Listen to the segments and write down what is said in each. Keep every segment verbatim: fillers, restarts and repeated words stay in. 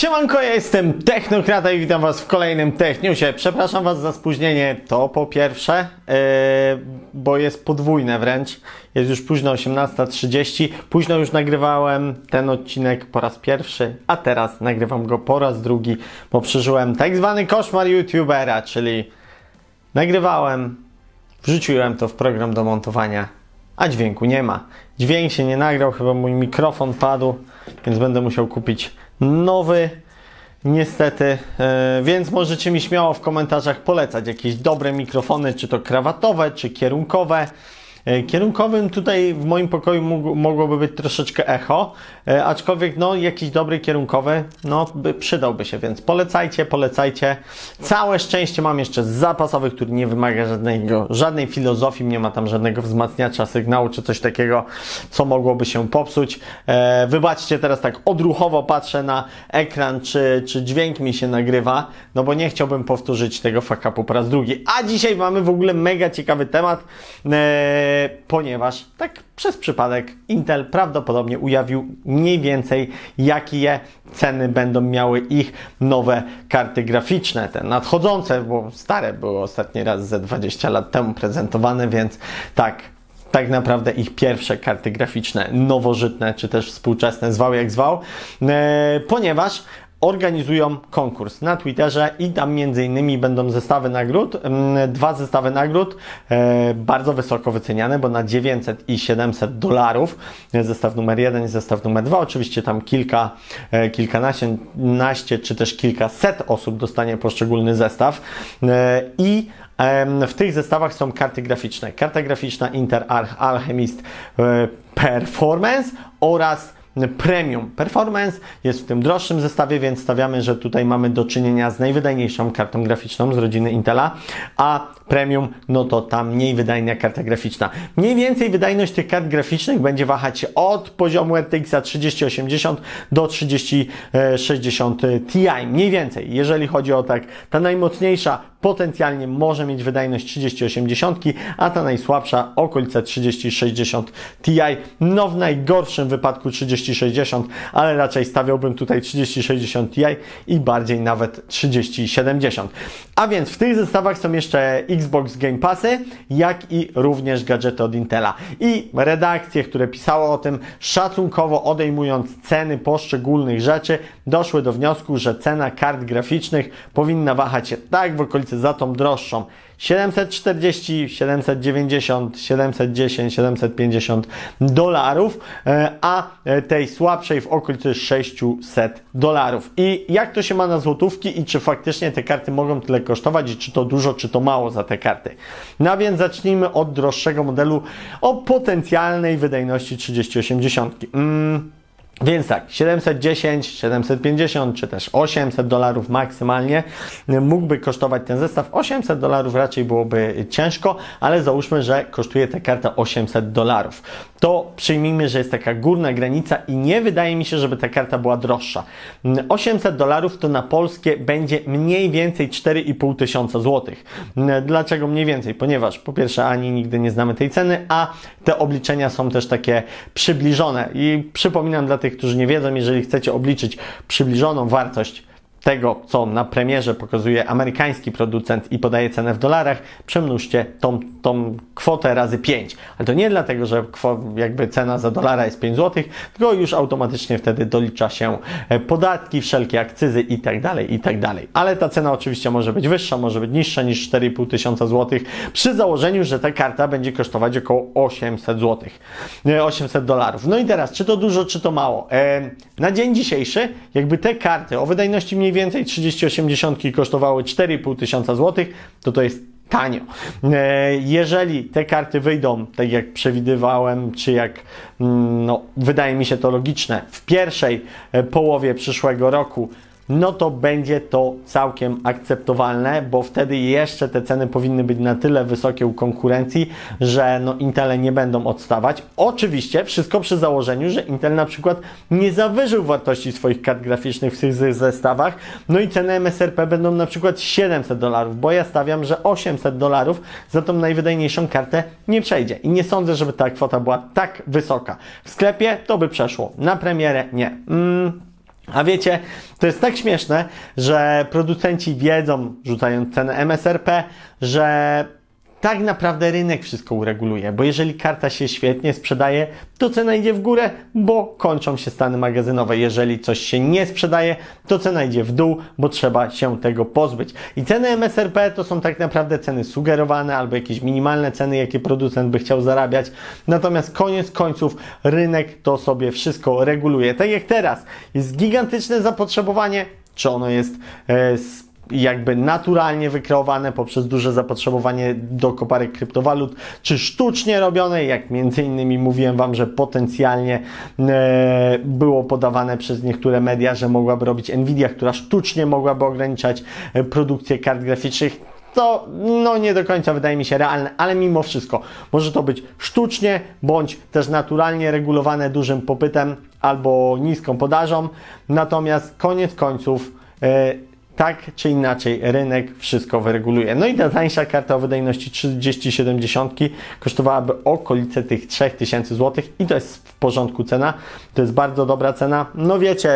Siemanko, ja jestem Technokrata i witam Was w kolejnym Techniusie. Przepraszam Was za spóźnienie, to po pierwsze, yy, bo jest podwójne wręcz. Jest już późno osiemnasta trzydzieści. Późno już nagrywałem ten odcinek po raz pierwszy, a teraz nagrywam go po raz drugi, bo przeżyłem tak zwany koszmar youtubera, czyli nagrywałem, wrzuciłem to w program do montowania, a dźwięku nie ma. Dźwięk się nie nagrał, chyba mój mikrofon padł, więc będę musiał kupić nowy, niestety, yy, więc możecie mi śmiało w komentarzach polecać jakieś dobre mikrofony, czy to krawatowe, czy kierunkowe. Yy, kierunkowym tutaj w moim pokoju mógł, mogłoby być troszeczkę echo, yy, aczkolwiek no jakiś dobry kierunkowy, no by, przydałby się, więc polecajcie, polecajcie. Całe szczęście mam jeszcze zapasowy, który nie wymaga żadnego, żadnej filozofii, nie ma tam żadnego wzmacniacza sygnału, czy coś takiego, co mogłoby się popsuć. Yy, wybaczcie, teraz tak odruchowo patrzę na ekran, czy, czy dźwięk mi się nagrywa, no bo nie chciałbym powtórzyć tego fuck upu po raz drugi. A dzisiaj mamy w ogóle mega ciekawy temat, yy, ponieważ tak przez przypadek Intel prawdopodobnie ujawnił mniej więcej jakie ceny będą miały ich nowe karty graficzne, te nadchodzące, bo stare były ostatni raz ze dwadzieścia lat temu prezentowane, więc tak, tak naprawdę ich pierwsze karty graficzne, nowożytne, czy też współczesne, zwał jak zwał, e, ponieważ organizują konkurs na Twitterze i tam między innymi będą zestawy nagród, dwa zestawy nagród, e, bardzo wysoko wyceniane, bo na dziewięćset i siedemset dolarów, zestaw numer jeden i zestaw numer dwa, oczywiście tam kilka, e, kilkanaście, czy też kilkaset osób dostanie poszczególny zestaw e, i w tych zestawach są karty graficzne. Karta graficzna Intel Alchemist e, Performance oraz Premium Performance jest w tym droższym zestawie, więc stawiamy, że tutaj mamy do czynienia z najwydajniejszą kartą graficzną z rodziny Intela, a Premium, no to ta mniej wydajna karta graficzna. Mniej więcej wydajność tych kart graficznych będzie wahać się od poziomu R T X trzydzieści osiemdziesiąt do trzydzieści sześćdziesiąt Ti. Mniej więcej, jeżeli chodzi o tak, ta najmocniejsza potencjalnie może mieć wydajność trzydzieści osiemdziesiąt, a ta najsłabsza okolice trzydzieści sześćdziesiąt Ti. No w najgorszym wypadku trzydzieści sześćdziesiąt, ale raczej stawiałbym tutaj trzydzieści sześćdziesiąt Ti i bardziej nawet trzydzieści siedemdziesiąt. A więc w tych zestawach są jeszcze Xbox Game Passy, jak i również gadżety od Intela. I redakcje, które pisały o tym, szacunkowo odejmując ceny poszczególnych rzeczy, doszły do wniosku, że cena kart graficznych powinna wahać się tak w okolicy za tą droższą siedemset czterdzieści, siedemset dziewięćdziesiąt, siedemset dziesięć, siedemset pięćdziesiąt dolarów, a tej słabszej w okolicy sześćset dolarów. I jak to się ma na złotówki i czy faktycznie te karty mogą tyle kosztować i czy to dużo, czy to mało za te karty? No więc zacznijmy od droższego modelu o potencjalnej wydajności trzydzieści osiemdziesiąt. Mm. Więc tak, siedemset dziesięć, siedemset pięćdziesiąt czy też osiemset dolarów maksymalnie mógłby kosztować ten zestaw. osiemset dolarów raczej byłoby ciężko, ale załóżmy, że kosztuje ta karta osiemset dolarów. To przyjmijmy, że jest taka górna granica i nie wydaje mi się, żeby ta karta była droższa. osiemset dolarów to na polskie będzie mniej więcej cztery i pół tysiąca złotych. Dlaczego mniej więcej? Ponieważ po pierwsze ani nigdy nie znamy tej ceny, a te obliczenia są też takie przybliżone. I przypominam dla tych, którzy nie wiedzą, jeżeli chcecie obliczyć przybliżoną wartość tego, co na premierze pokazuje amerykański producent i podaje cenę w dolarach, przemnóżcie tą, tą kwotę razy pięć. Ale to nie dlatego, że jakby cena za dolara jest pięć złotych, tylko już automatycznie wtedy dolicza się podatki, wszelkie akcyzy i tak dalej, i tak dalej. Ale ta cena oczywiście może być wyższa, może być niższa niż cztery i pół tysiąca złotych przy założeniu, że ta karta będzie kosztować około osiemset złotych, osiemset dolarów. No i teraz, czy to dużo, czy to mało? Na dzień dzisiejszy, jakby te karty o wydajności mniej więcej trzydzieści osiemdziesiąt kosztowały cztery i pół tysiąca złotych, to to jest tanio. Jeżeli te karty wyjdą, tak jak przewidywałem, czy jak no, wydaje mi się to logiczne, w pierwszej połowie przyszłego roku, no to będzie to całkiem akceptowalne, bo wtedy jeszcze te ceny powinny być na tyle wysokie u konkurencji, że no Intele nie będą odstawać. Oczywiście wszystko przy założeniu, że Intel na przykład nie zawyżył wartości swoich kart graficznych w tych zestawach, no i ceny M S R P będą na przykład siedemset dolarów, bo ja stawiam, że osiemset dolarów za tą najwydajniejszą kartę nie przejdzie i nie sądzę, żeby ta kwota była tak wysoka. W sklepie to by przeszło, na premierę nie. Mm. A wiecie, to jest tak śmieszne, że producenci wiedzą, rzucając cenę M S R P, że tak naprawdę rynek wszystko ureguluje, bo jeżeli karta się świetnie sprzedaje, to cena idzie w górę, bo kończą się stany magazynowe. Jeżeli coś się nie sprzedaje, to cena idzie w dół, bo trzeba się tego pozbyć. I ceny M S R P to są tak naprawdę ceny sugerowane albo jakieś minimalne ceny, jakie producent by chciał zarabiać. Natomiast koniec końców rynek to sobie wszystko reguluje. Tak jak teraz jest gigantyczne zapotrzebowanie, czy ono jest e, jakby naturalnie wykreowane poprzez duże zapotrzebowanie do koparek kryptowalut, czy sztucznie robione, jak między innymi mówiłem Wam, że potencjalnie e, było podawane przez niektóre media, że mogłaby robić Nvidia, która sztucznie mogłaby ograniczać e, produkcję kart graficznych. To no nie do końca wydaje mi się realne, ale mimo wszystko może to być sztucznie, bądź też naturalnie regulowane dużym popytem albo niską podażą. Natomiast koniec końców e, tak czy inaczej rynek wszystko wyreguluje. No i ta tańsza karta o wydajności trzydzieści siedemdziesiąt kosztowałaby okolice tych trzy tysiące złotych i to jest w porządku cena. To jest bardzo dobra cena. No wiecie,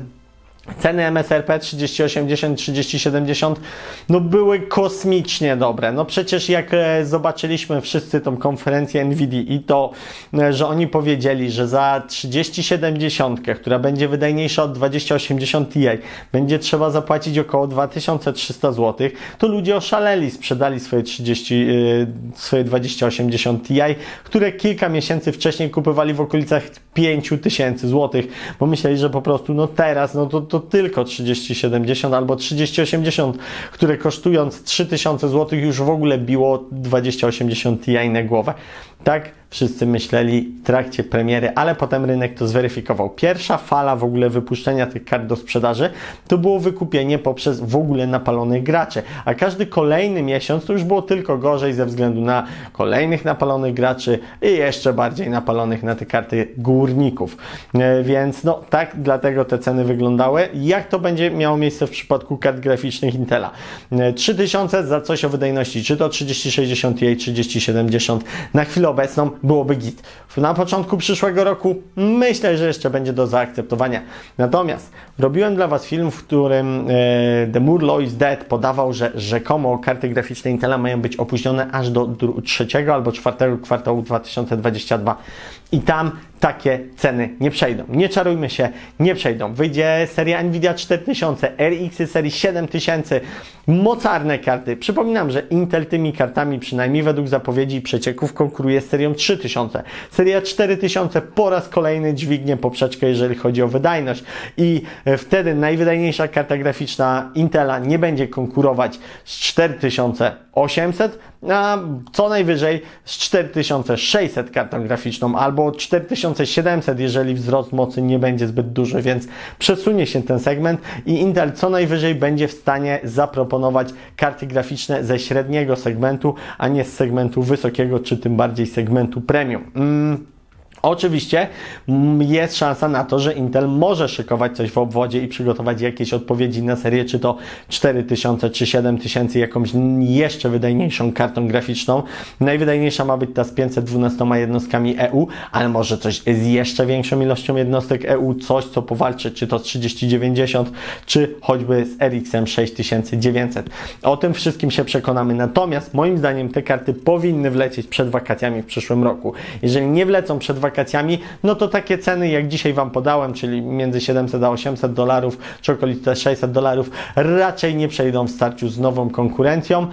ceny M S R P trzydzieści osiemdziesiąt, trzydzieści siedemdziesiąt no były kosmicznie dobre. No przecież jak zobaczyliśmy wszyscy tą konferencję Nvidia i to, że oni powiedzieli, że za trzydzieści siedemdziesiąt, która będzie wydajniejsza od dwadzieścia osiemdziesiąt Ti, będzie trzeba zapłacić około dwa tysiące trzysta złotych, to ludzie oszaleli, sprzedali swoje trzydzieści, swoje dwadzieścia osiemdziesiąt Ti, które kilka miesięcy wcześniej kupowali w okolicach pięć tysięcy złotych, bo myśleli, że po prostu no teraz, no to to tylko trzydzieści siedemdziesiąt albo trzydzieści osiemdziesiąt, które kosztując trzy tysiące złotych już w ogóle biło dwadzieścia osiemdziesiąt Ti na głowę. Tak wszyscy myśleli w trakcie premiery, ale potem rynek to zweryfikował. Pierwsza fala w ogóle wypuszczenia tych kart do sprzedaży to było wykupienie poprzez w ogóle napalonych graczy, a każdy kolejny miesiąc to już było tylko gorzej ze względu na kolejnych napalonych graczy i jeszcze bardziej napalonych na te karty górników. Więc no tak dlatego te ceny wyglądały. Jak to będzie miało miejsce w przypadku kart graficznych Intela? trzy tysiące za coś o wydajności, czy to trzydzieści sześćdziesiąt Ti, trzydzieści siedemdziesiąt, na chwilę obecną byłoby git. Na początku przyszłego roku myślę, że jeszcze będzie do zaakceptowania. Natomiast robiłem dla Was film, w którym e, The Moore Law is Dead podawał, że rzekomo karty graficzne Intela mają być opóźnione aż do trzeciego albo czwartego kwartału dwa tysiące dwudziestego drugiego. I tam takie ceny nie przejdą. Nie czarujmy się, nie przejdą. Wyjdzie seria Nvidia cztery tysiące, R X serii siedem tysięcy, mocarne karty. Przypominam, że Intel tymi kartami, przynajmniej według zapowiedzi i przecieków, konkuruje z serią trzy tysiące. Seria cztery tysiące po raz kolejny dźwignie poprzeczkę, jeżeli chodzi o wydajność. I wtedy najwydajniejsza karta graficzna Intela nie będzie konkurować z cztery tysiące osiemset, a co najwyżej z cztery tysiące sześćset kartą graficzną albo cztery tysiące siedemset, jeżeli wzrost mocy nie będzie zbyt duży, więc przesunie się ten segment i Intel co najwyżej będzie w stanie zaproponować karty graficzne ze średniego segmentu, a nie z segmentu wysokiego, czy tym bardziej segmentu premium. Mm. Oczywiście jest szansa na to, że Intel może szykować coś w obwodzie i przygotować jakieś odpowiedzi na serię, czy to cztery tysiące, czy siedem tysięcy, jakąś jeszcze wydajniejszą kartą graficzną. Najwydajniejsza ma być ta z pięćset dwunastoma jednostkami E U, ale może coś z jeszcze większą ilością jednostek E U, coś co powalczy, czy to z trzydzieści dziewięćdziesiąt, czy choćby z R X sześć tysięcy dziewięćset. O tym wszystkim się przekonamy. Natomiast moim zdaniem te karty powinny wlecieć przed wakacjami w przyszłym roku. Jeżeli nie wlecą przed wakacjami, wakacjami, no to takie ceny, jak dzisiaj Wam podałem, czyli między siedemset a osiemset dolarów, czy okolice sześćset dolarów, raczej nie przejdą w starciu z nową konkurencją.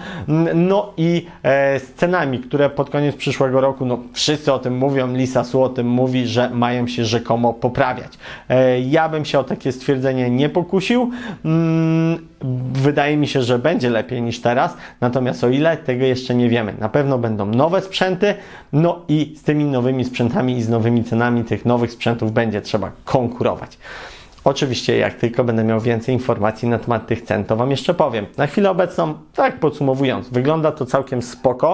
No i e, z cenami, które pod koniec przyszłego roku, no wszyscy o tym mówią, Lisa Su o tym mówi, że mają się rzekomo poprawiać. E, ja bym się o takie stwierdzenie nie pokusił. Mm, Wydaje mi się, że będzie lepiej niż teraz, natomiast o ile, tego jeszcze nie wiemy. Na pewno będą nowe sprzęty, no i z tymi nowymi sprzętami i z nowymi cenami tych nowych sprzętów będzie trzeba konkurować. Oczywiście, jak tylko będę miał więcej informacji na temat tych cen, to Wam jeszcze powiem. Na chwilę obecną, tak podsumowując, wygląda to całkiem spoko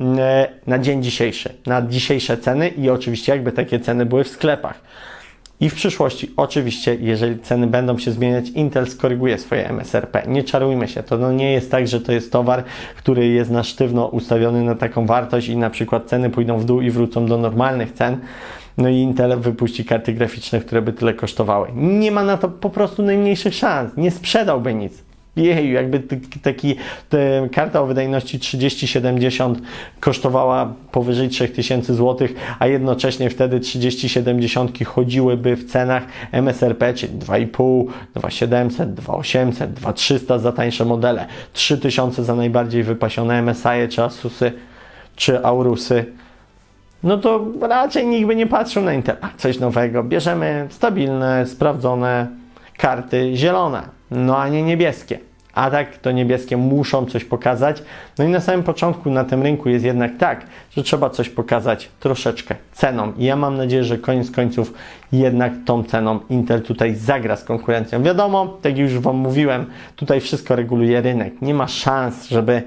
na dzień dzisiejszy, na dzisiejsze ceny i oczywiście jakby takie ceny były w sklepach. I w przyszłości, oczywiście, jeżeli ceny będą się zmieniać, Intel skoryguje swoje M S R P. Nie czarujmy się, to no nie jest tak, że to jest towar, który jest na sztywno ustawiony na taką wartość i na przykład ceny pójdą w dół i wrócą do normalnych cen. no i Intel wypuści karty graficzne, które by tyle kosztowały. Nie ma na to po prostu najmniejszych szans. Nie sprzedałby nic. Jej, jakby taki te, karta o wydajności trzydzieści siedemdziesiąt kosztowała powyżej trzy tysiące złotych, a jednocześnie wtedy trzydzieści siedemdziesiąt chodziłyby w cenach M S R P, czyli dwa i pół, dwa tysiące siedemset, dwa tysiące osiemset, dwa tysiące trzysta za tańsze modele, trzy tysiące za najbardziej wypasione M S I, czy Asusy, czy Aurusy. No to raczej nikt by nie patrzył na Intel. A coś nowego. Bierzemy stabilne, sprawdzone karty zielone, no a nie niebieskie. A tak, to niebieskie muszą coś pokazać. No i na samym początku na tym rynku jest jednak tak, że trzeba coś pokazać troszeczkę ceną. I ja mam nadzieję, że koniec końców jednak tą ceną Intel tutaj zagra z konkurencją. Wiadomo, tak jak już Wam mówiłem, tutaj wszystko reguluje rynek. Nie ma szans, żeby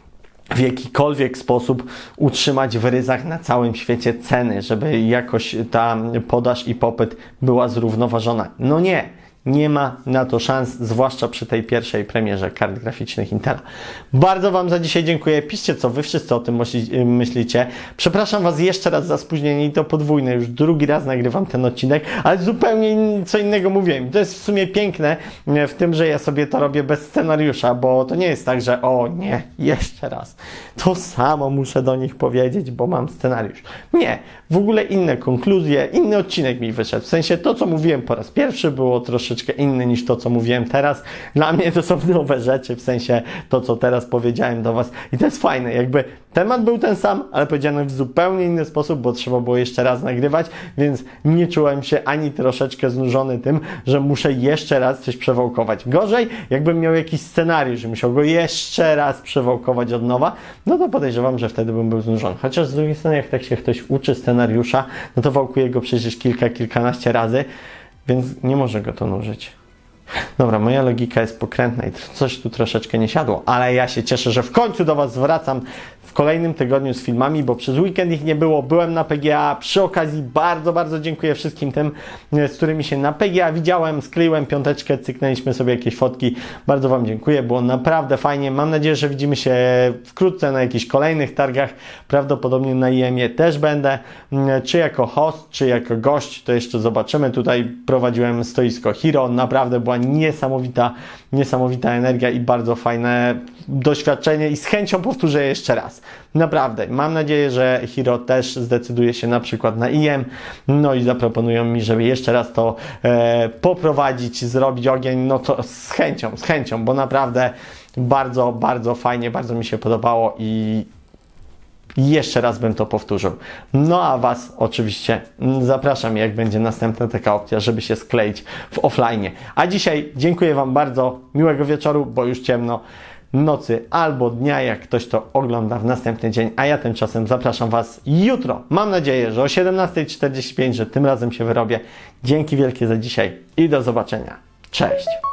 w jakikolwiek sposób utrzymać w ryzach na całym świecie ceny, żeby jakoś ta podaż i popyt była zrównoważona. No nie. Nie ma na to szans, zwłaszcza przy tej pierwszej premierze kart graficznych Intela. Bardzo Wam za dzisiaj dziękuję. Piszcie, co Wy wszyscy o tym myślicie. Przepraszam Was jeszcze raz za spóźnienie i to podwójne. Już drugi raz nagrywam ten odcinek, ale zupełnie co innego mówiłem. To jest w sumie piękne w tym, że ja sobie to robię bez scenariusza, bo to nie jest tak, że o nie, jeszcze raz. To samo muszę do nich powiedzieć, bo mam scenariusz. Nie. W ogóle inne konkluzje, inny odcinek mi wyszedł. W sensie to, co mówiłem po raz pierwszy, było troszeczkę inne niż to, co mówiłem teraz. Dla mnie to są nowe rzeczy, w sensie to, co teraz powiedziałem do Was. I to jest fajne, jakby temat był ten sam, ale powiedziany w zupełnie inny sposób, bo trzeba było jeszcze raz nagrywać, więc nie czułem się ani troszeczkę znużony tym, że muszę jeszcze raz coś przewałkować. Gorzej, jakbym miał jakiś scenariusz i musiał go jeszcze raz przewałkować od nowa, no to podejrzewam, że wtedy bym był znużony. Chociaż z drugiej strony, jak tak się ktoś uczy scenariusza, no to wałkuje go przecież kilka, kilkanaście razy, więc nie może go to nużyć. Dobra, moja logika jest pokrętna i coś tu troszeczkę nie siadło, ale ja się cieszę, że w końcu do Was zwracam w kolejnym tygodniu z filmami, bo przez weekend ich nie było, byłem na P G A, przy okazji bardzo, bardzo dziękuję wszystkim tym, z którymi się na P G A widziałem, skleiłem piąteczkę, cyknęliśmy sobie jakieś fotki, bardzo Wam dziękuję, było naprawdę fajnie, mam nadzieję, że widzimy się wkrótce na jakichś kolejnych targach, prawdopodobnie na I M ie też będę, czy jako host, czy jako gość, to jeszcze zobaczymy, tutaj prowadziłem stoisko Hero, naprawdę była niesamowita, niesamowita energia i bardzo fajne doświadczenie i z chęcią powtórzę jeszcze raz. Naprawdę. Mam nadzieję, że Hero też zdecyduje się na przykład na I M, no i zaproponują mi, żeby jeszcze raz to e, poprowadzić, zrobić ogień, no to z chęcią, z chęcią, bo naprawdę bardzo, bardzo fajnie, bardzo mi się podobało i I jeszcze raz bym to powtórzył. No a Was oczywiście zapraszam, jak będzie następna taka opcja, żeby się skleić w offline. A dzisiaj dziękuję Wam bardzo, miłego wieczoru, bo już ciemno, nocy albo dnia, jak ktoś to ogląda w następny dzień, a ja tymczasem zapraszam Was jutro. Mam nadzieję, że o siedemnasta czterdzieści pięć, że tym razem się wyrobię. Dzięki wielkie za dzisiaj i do zobaczenia. Cześć!